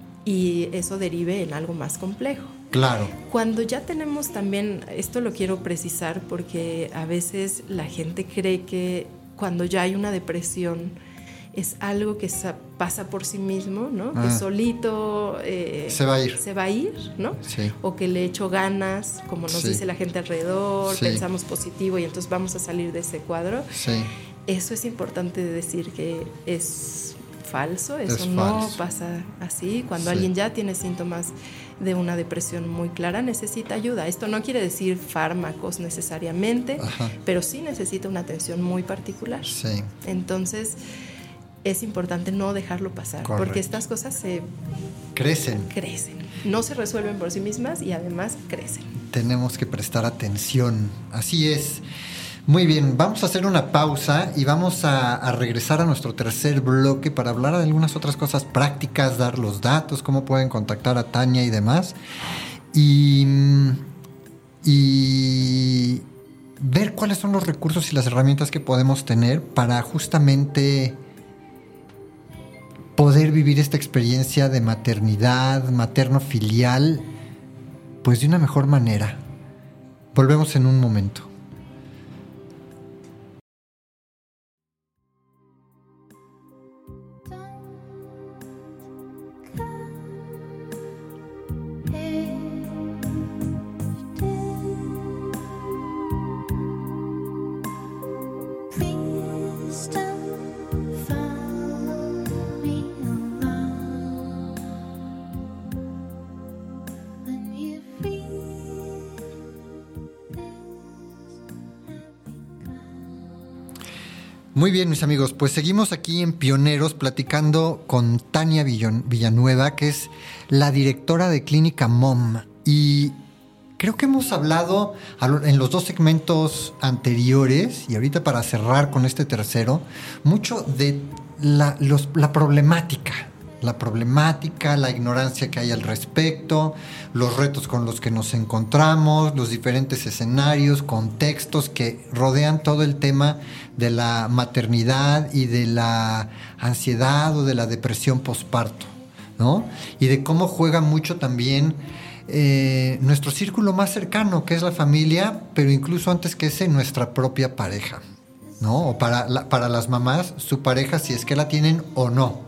y eso derive en algo más complejo. Claro. Cuando ya tenemos también, esto lo quiero precisar porque a veces la gente cree que cuando ya hay una depresión es algo que pasa por sí mismo, ¿no? Ah. Que solito eh, se va a ir. Se va a ir, ¿no? Sí. O que le echo ganas, como nos sí. dice la gente alrededor, sí. pensamos positivo y entonces vamos a salir de ese cuadro. Sí. Eso es importante decir que es falso, eso es no falso. pasa así. Cuando sí. alguien ya tiene síntomas de una depresión muy clara, necesita ayuda. Esto no quiere decir fármacos necesariamente, Ajá. pero sí necesita una atención muy particular. Sí. Entonces, es importante no dejarlo pasar, Correcto. porque estas cosas se crecen. Crecen. No se resuelven por sí mismas y además crecen. Tenemos que prestar atención. Así es. Muy bien, vamos a hacer una pausa y vamos a, a regresar a nuestro tercer bloque para hablar de algunas otras cosas prácticas, dar los datos, cómo pueden contactar a Tania y demás. Y, y ver cuáles son los recursos y las herramientas que podemos tener para justamente poder vivir esta experiencia de maternidad, materno-filial, pues de una mejor manera. Volvemos en un momento. Muy bien, mis amigos, pues seguimos aquí en Pioneros platicando con Tania Villanueva, que es la directora de Clínica Mom. Y creo que hemos hablado en los dos segmentos anteriores, y ahorita para cerrar con este tercero, mucho de la, los, la problemática, la problemática, la ignorancia que hay al respecto, los retos con los que nos encontramos, los diferentes escenarios, contextos que rodean todo el tema de la maternidad y de la ansiedad o de la depresión posparto, ¿no? Y de cómo juega mucho también eh, nuestro círculo más cercano, que es la familia, pero incluso antes que ese, nuestra propia pareja, ¿no? O para, la, para las mamás, su pareja, si es que la tienen o no.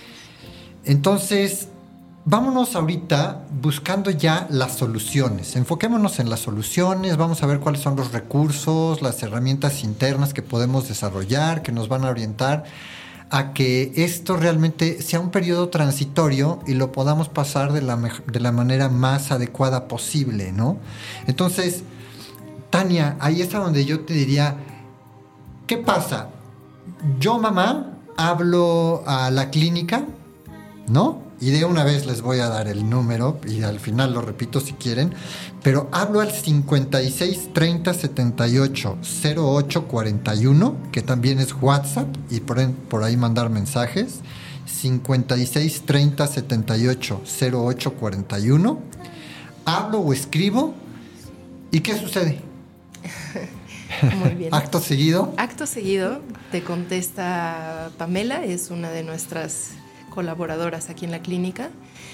Entonces, vámonos ahorita buscando ya las soluciones. Enfoquémonos en las soluciones, vamos a ver cuáles son los recursos, las herramientas internas que podemos desarrollar, que nos van a orientar a que esto realmente sea un periodo transitorio y lo podamos pasar de la, de la manera más adecuada posible, ¿no? Entonces, Tania, ahí está donde yo te diría, ¿qué pasa? Yo, mamá, hablo a la clínica, ¿no? Y de una vez les voy a dar el número y al final lo repito si quieren, pero hablo al cincuenta y seis treinta setenta y ocho cero ocho cuarenta y uno, que también es WhatsApp, y por, en, por ahí mandar mensajes, cincuenta y seis treinta setenta y ocho cero ocho cuarenta y uno. Hablo o escribo, ¿y qué sucede? Muy bien. Acto seguido. Acto seguido te contesta Pamela, es una de nuestras colaboradoras aquí en la clínica,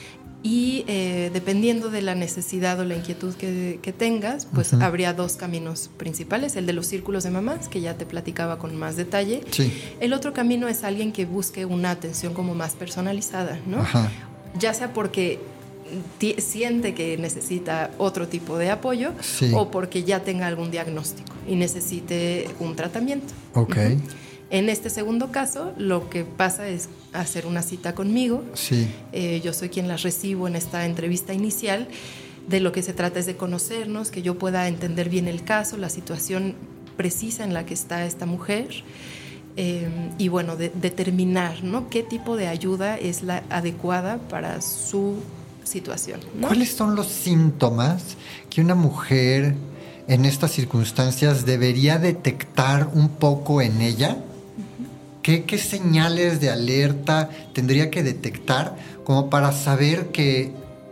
y eh, dependiendo de la necesidad o la inquietud que, que tengas, pues uh-huh. habría dos caminos principales: el de los círculos de mamás, que ya te platicaba con más detalle. Sí. El otro camino es alguien que busque una atención como más personalizada, ¿no? Ajá. Ya sea porque t- siente que necesita otro tipo de apoyo, sí, o porque ya tenga algún diagnóstico y necesite un tratamiento. Ok. Uh-huh. En este segundo caso, lo que pasa es hacer una cita conmigo. Sí. Eh, yo soy quien las recibo en esta entrevista inicial. De lo que se trata es de conocernos, que yo pueda entender bien el caso, la situación precisa en la que está esta mujer, eh, y bueno, de, determinar, ¿no?, qué tipo de ayuda es la adecuada para su situación, ¿no? ¿Cuáles son los síntomas que una mujer en estas circunstancias debería detectar un poco en ella? ¿Qué, ¿Qué señales de alerta tendría que detectar como para saber que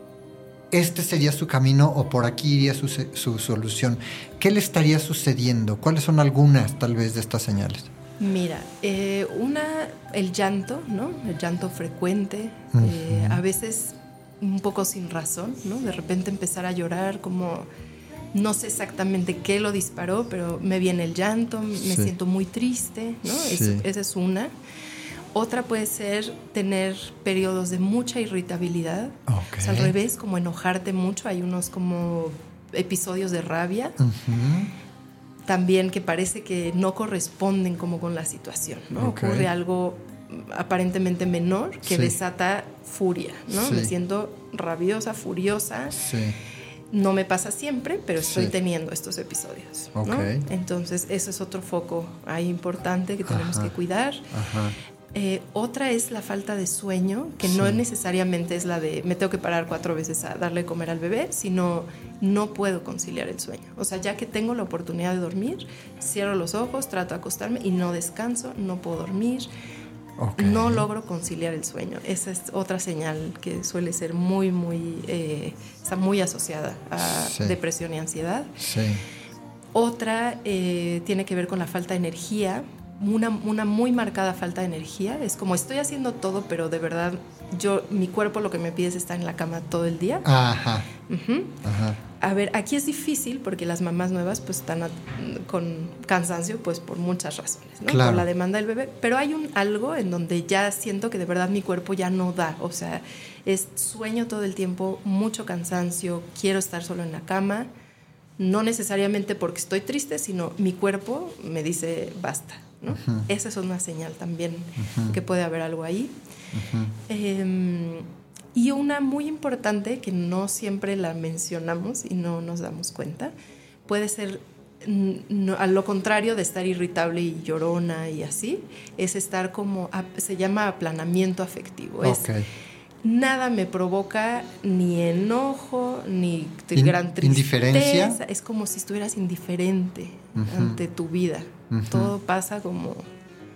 este sería su camino o por aquí iría su, su solución? ¿Qué le estaría sucediendo? ¿Cuáles son algunas, tal vez, de estas señales? Mira, eh, una, el llanto, ¿no? El llanto frecuente, uh-huh. eh, a veces un poco sin razón, ¿no? De repente empezar a llorar como... No sé exactamente qué lo disparó, pero me viene el llanto, me sí. siento muy triste, ¿no? Sí. Es, esa es una. Otra puede ser tener periodos de mucha irritabilidad. Okay. O sea, al revés, como enojarte mucho. Hay unos como episodios de rabia. Uh-huh. También que parece que no corresponden como con la situación, ¿no? Okay. Ocurre algo aparentemente menor que sí. desata furia, ¿no? Sí. Me siento rabiosa, furiosa. Sí. No me pasa siempre, pero estoy sí. teniendo estos episodios, ¿no? Okay. Entonces, eso es otro foco ahí importante que tenemos Ajá. que cuidar. Ajá. Eh, otra es la falta de sueño, que sí. no necesariamente es la de me tengo que parar cuatro veces a darle de comer al bebé, sino no puedo conciliar el sueño. O sea, ya que tengo la oportunidad de dormir, cierro los ojos, trato de acostarme y no descanso, no puedo dormir. Okay. No logro conciliar el sueño. Esa es otra señal que suele ser muy, muy, eh, está muy asociada a sí. depresión y ansiedad. Sí. Otra eh, tiene que ver con la falta de energía, una, una muy marcada falta de energía. Es como estoy haciendo todo, pero de verdad yo, mi cuerpo lo que me pide es estar en la cama todo el día. Ajá. Uh-huh. Ajá. A ver, aquí es difícil porque las mamás nuevas pues están a, con cansancio pues por muchas razones, ¿no? Claro. Por la demanda del bebé, pero hay un algo en donde ya siento que de verdad mi cuerpo ya no da, o sea, es sueño todo el tiempo, mucho cansancio, quiero estar solo en la cama, no necesariamente porque estoy triste, sino mi cuerpo me dice basta, ¿no? Uh-huh. Esa es una señal también uh-huh. que puede haber algo ahí. Uh-huh. Eh, Y una muy importante que no siempre la mencionamos y no nos damos cuenta, puede ser, no, a lo contrario de estar irritable y llorona y así, es estar como, se llama aplanamiento afectivo. Okay. Es, nada me provoca ni enojo, ni In, gran tristeza. ¿Indiferencia? Es como si estuvieras indiferente uh-huh. ante tu vida. Uh-huh. Todo pasa como...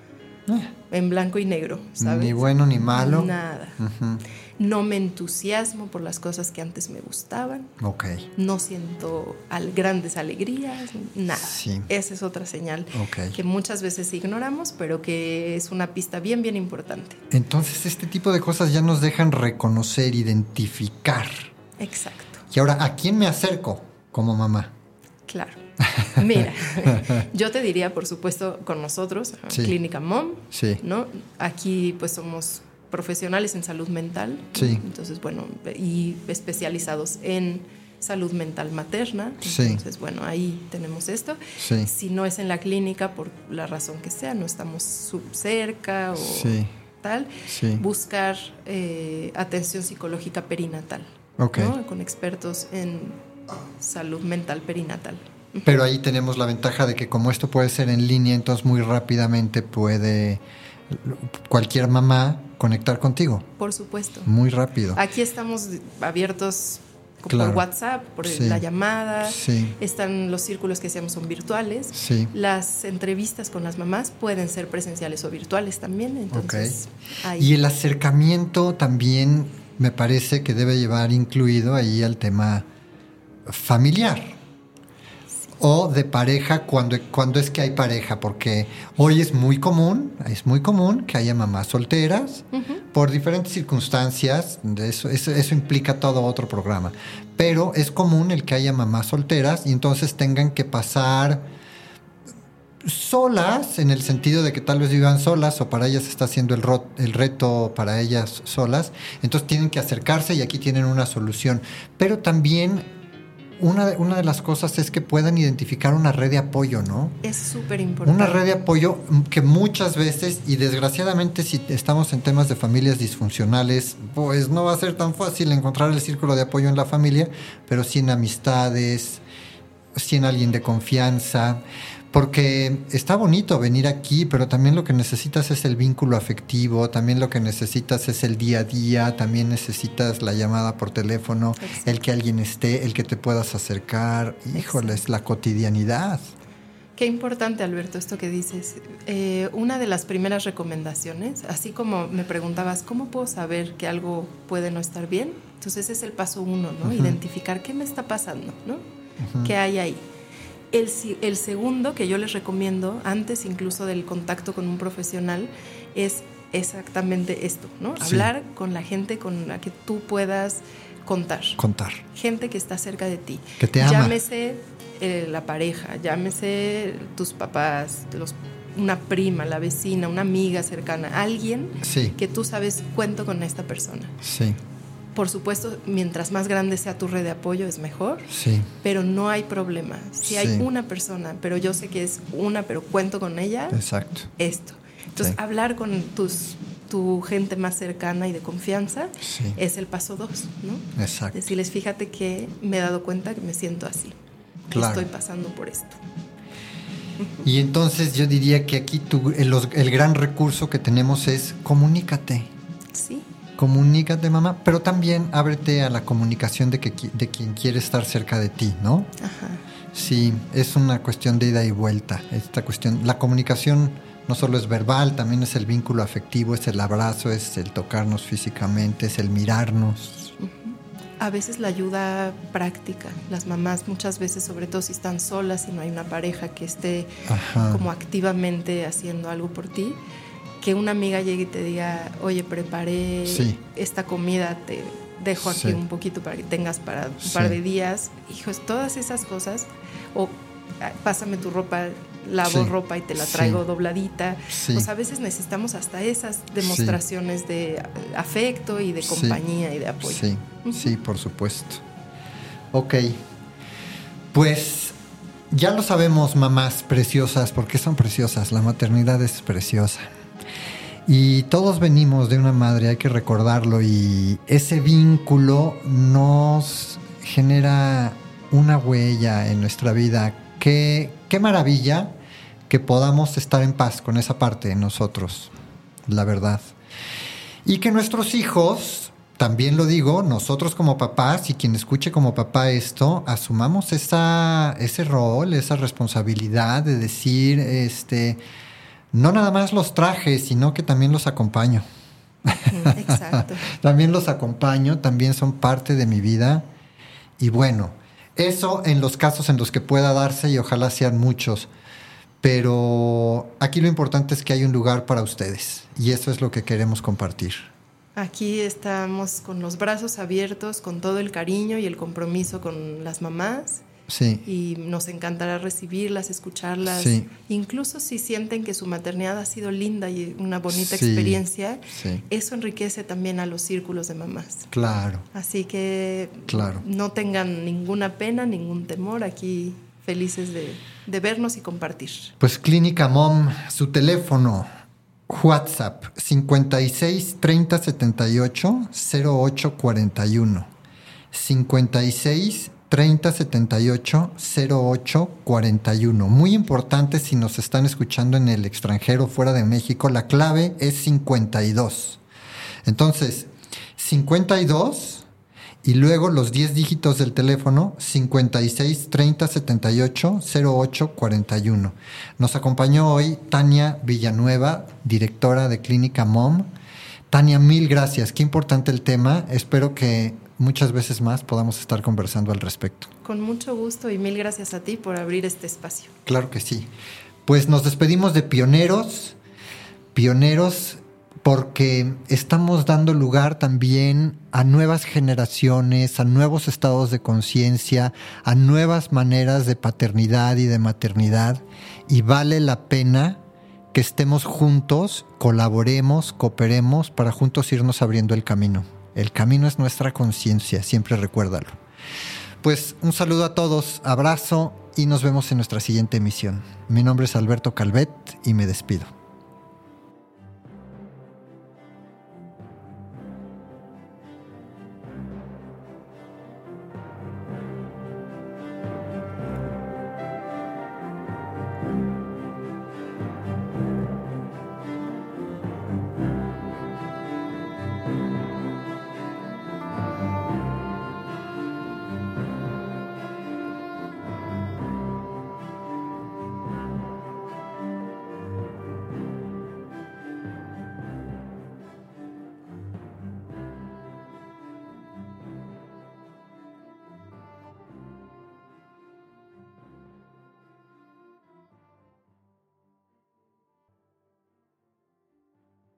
Eh. En blanco y negro, ¿sabes? Ni bueno ni malo. Nada. Uh-huh. No me entusiasmo por las cosas que antes me gustaban. Ok. No siento al grandes alegrías, nada. Sí. Esa es otra señal okay. que muchas veces ignoramos, pero que es una pista bien, bien importante. Entonces, este tipo de cosas ya nos dejan reconocer, identificar. Exacto. Y ahora, ¿a quién me acerco como mamá? Claro. Mira, yo te diría, por supuesto, con nosotros, sí. Clínica Mom, sí. ¿no? Aquí pues somos profesionales en salud mental, sí. entonces bueno, y especializados en salud mental materna, sí. entonces bueno, ahí tenemos esto. Sí. Si no es en la clínica, por la razón que sea, no estamos cerca o sí. tal, sí. buscar eh, atención psicológica perinatal, okay. ¿no? Con expertos en salud mental perinatal. Pero ahí tenemos la ventaja de que como esto puede ser en línea, entonces muy rápidamente puede cualquier mamá conectar contigo. Por supuesto. Muy rápido. Aquí estamos abiertos claro. por WhatsApp, por sí. la llamada. Sí. Están los círculos que hacemos son virtuales. Sí. Las entrevistas con las mamás pueden ser presenciales o virtuales también. Entonces, okay. ahí. Y el acercamiento también me parece que debe llevar incluido ahí al tema familiar. O de pareja cuando, cuando es que hay pareja, porque hoy es muy común, es muy común que haya mamás solteras uh-huh. por diferentes circunstancias, eso, eso, eso implica todo otro programa, pero es común el que haya mamás solteras y entonces tengan que pasar solas, en el sentido de que tal vez vivan solas o para ellas está haciendo el, ro- el reto para ellas solas, entonces tienen que acercarse y aquí tienen una solución, pero también Una de, una de las cosas es que puedan identificar una red de apoyo, ¿no? Es súper importante. Una red de apoyo que muchas veces, y desgraciadamente si estamos en temas de familias disfuncionales, pues no va a ser tan fácil encontrar el círculo de apoyo en la familia, pero sí en amistades, sí en alguien de confianza. Porque está bonito venir aquí, pero también lo que necesitas es el vínculo afectivo, también lo que necesitas es el día a día, también necesitas la llamada por teléfono, exacto. el que alguien esté, el que te puedas acercar. Híjole, es la cotidianidad. Qué importante, Alberto, esto que dices. Eh, una de las primeras recomendaciones, así como me preguntabas, ¿cómo puedo saber que algo puede no estar bien? Entonces ese es el paso uno, ¿no? Uh-huh. Identificar qué me está pasando, ¿no? Uh-huh. ¿Qué hay ahí? El, el segundo que yo les recomiendo, antes incluso del contacto con un profesional, es exactamente esto, ¿no? Sí. Hablar con la gente con la que tú puedas contar. Contar. Gente que está cerca de ti. Que te ama. Llámese eh, la pareja, llámese tus papás, los, una prima, la vecina, una amiga cercana, alguien sí. que tú sabes, cuento con esta persona. Sí. Por supuesto, mientras más grande sea tu red de apoyo es mejor, sí. pero no hay problema. Si sí. hay una persona, pero yo sé que es una, pero cuento con ella, exacto. esto. Entonces, sí. hablar con tus, tu gente más cercana y de confianza sí. es el paso dos, ¿no? Exacto. Decirles, fíjate que me he dado cuenta que me siento así, claro. estoy pasando por esto. Y entonces yo diría que aquí tu, el, el gran recurso que tenemos es comunícate. Sí. Comunícate, mamá, pero también ábrete a la comunicación de, que, de quien quiere estar cerca de ti, ¿no? Ajá. Sí, es una cuestión de ida y vuelta. Esta cuestión, la comunicación no solo es verbal, también es el vínculo afectivo, es el abrazo, es el tocarnos físicamente, es el mirarnos. Uh-huh. A veces la ayuda práctica. Las mamás muchas veces, sobre todo si están solas y no hay una pareja que esté Ajá. como activamente haciendo algo por ti, que una amiga llegue y te diga, oye, preparé sí. esta comida, te dejo aquí sí. un poquito para que tengas para un sí. par de días. Hijos, todas esas cosas. O pásame tu ropa, lavo sí. ropa y te la traigo sí. dobladita. Sí. O sea, a veces necesitamos hasta esas demostraciones sí. de afecto y de compañía sí. y de apoyo. Sí, uh-huh. sí, por supuesto. Ok, pues ya lo sabemos, mamás preciosas, porque son preciosas, la maternidad es preciosa. Y todos venimos de una madre, hay que recordarlo, y ese vínculo nos genera una huella en nuestra vida. Qué, qué maravilla que podamos estar en paz con esa parte de nosotros, la verdad. Y que nuestros hijos, también lo digo, nosotros como papás y quien escuche como papá esto, asumamos esa, ese rol, esa responsabilidad de decir, este... no nada más los traje, sino que también los acompaño. Exacto. También los acompaño, también son parte de mi vida. Y bueno, eso en los casos en los que pueda darse, y ojalá sean muchos. Pero aquí lo importante es que hay un lugar para ustedes, y eso es lo que queremos compartir. Aquí estamos con los brazos abiertos, con todo el cariño y el compromiso con las mamás. Sí. Y nos encantará recibirlas, escucharlas. Sí. Incluso si sienten que su maternidad ha sido linda y una bonita Sí. experiencia, Sí. eso enriquece también a los círculos de mamás. Claro. Así que Claro. no tengan ninguna pena, ningún temor. Aquí felices de, de vernos y compartir. Pues Clínica Mom, su teléfono, WhatsApp cincuenta y seis treinta setenta y ocho cero ocho cuarenta y uno. cincuenta y seis treinta setenta y ocho cero ocho cuarenta y uno. Muy importante si nos están escuchando en el extranjero, fuera de México, la clave es cincuenta y dos. Entonces, cincuenta y dos y luego los diez dígitos del teléfono cincuenta y seis treinta setenta y ocho cero ocho cuarenta y uno. Nos acompañó hoy Tania Villanueva, directora de Clínica Mom. Tania, mil gracias. Qué importante el tema. Espero que muchas veces más podamos estar conversando al respecto. Con mucho gusto y mil gracias a ti por abrir este espacio. Claro que sí. Pues nos despedimos de pioneros, pioneros porque estamos dando lugar también a nuevas generaciones, a nuevos estados de conciencia, a nuevas maneras de paternidad y de maternidad, y vale la pena que estemos juntos, colaboremos, cooperemos para juntos irnos abriendo el camino. El camino es nuestra conciencia, siempre recuérdalo. Pues un saludo a todos, abrazo y nos vemos en nuestra siguiente emisión. Mi nombre es Alberto Calvet y me despido.